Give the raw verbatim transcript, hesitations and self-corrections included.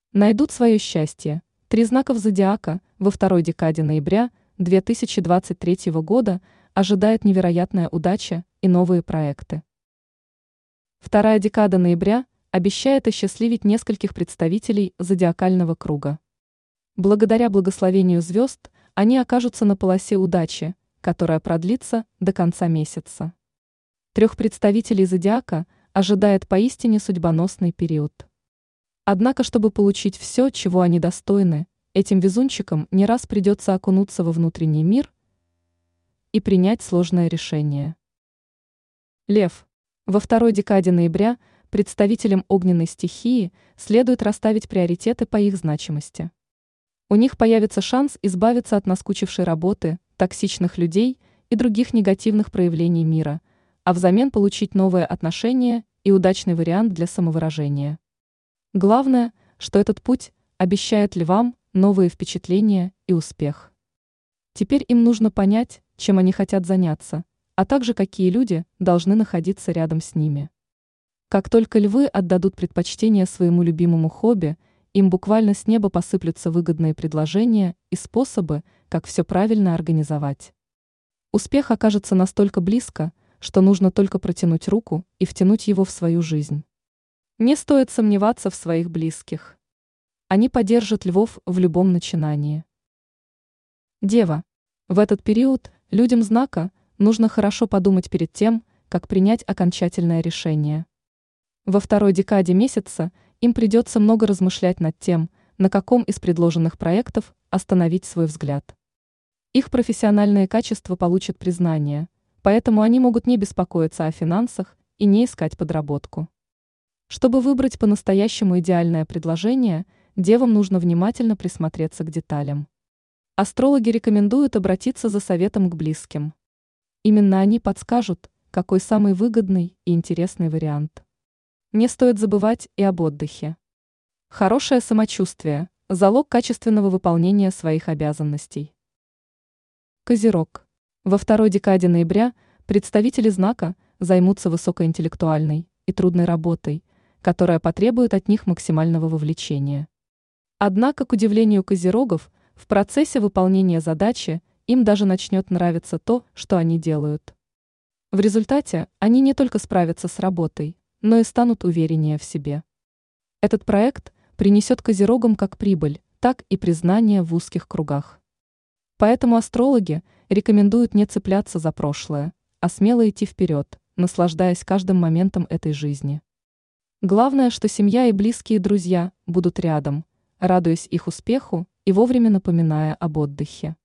Найдут свое счастье. Три знаков зодиака во второй декаде ноября две тысячи двадцать третьего года ожидает невероятная удача и новые проекты. Вторая декада ноября обещает осчастливить нескольких представителей зодиакального круга. Благодаря благословению звезд они окажутся на полосе удачи, которая продлится до конца месяца. Трех представителей зодиака ожидает поистине судьбоносный период. Однако, чтобы получить все, чего они достойны, этим везунчикам не раз придется окунуться во внутренний мир и принять сложное решение. Лев. Во второй декаде ноября представителям огненной стихии следует расставить приоритеты по их значимости. У них появится шанс избавиться от наскучившей работы, токсичных людей и других негативных проявлений мира, а взамен получить новые отношения и удачный вариант для самовыражения. Главное, что этот путь обещает львам новые впечатления и успех. Теперь им нужно понять, чем они хотят заняться, а также какие люди должны находиться рядом с ними. Как только львы отдадут предпочтение своему любимому хобби, им буквально с неба посыплются выгодные предложения и способы, как все правильно организовать. Успех окажется настолько близко, что нужно только протянуть руку и втянуть его в свою жизнь. Не стоит сомневаться в своих близких. Они поддержат львов в любом начинании. Дева. В этот период людям знака нужно хорошо подумать перед тем, как принять окончательное решение. Во второй декаде месяца им придется много размышлять над тем, на каком из предложенных проектов остановить свой взгляд. Их профессиональные качества получат признание, поэтому они могут не беспокоиться о финансах и не искать подработку. Чтобы выбрать по-настоящему идеальное предложение, девам нужно внимательно присмотреться к деталям. Астрологи рекомендуют обратиться за советом к близким. Именно они подскажут, какой самый выгодный и интересный вариант. Не стоит забывать и об отдыхе. Хорошее самочувствие – залог качественного выполнения своих обязанностей. Козерог. Во второй декаде ноября представители знака займутся высокоинтеллектуальной и трудной работой, которая потребует от них максимального вовлечения. Однако, к удивлению козерогов, в процессе выполнения задачи им даже начнет нравиться то, что они делают. В результате они не только справятся с работой, но и станут увереннее в себе. Этот проект принесет козерогам как прибыль, так и признание в узких кругах. Поэтому астрологи рекомендуют не цепляться за прошлое, а смело идти вперед, наслаждаясь каждым моментом этой жизни. Главное, что семья и близкие друзья будут рядом, радуясь их успеху и вовремя напоминая об отдыхе.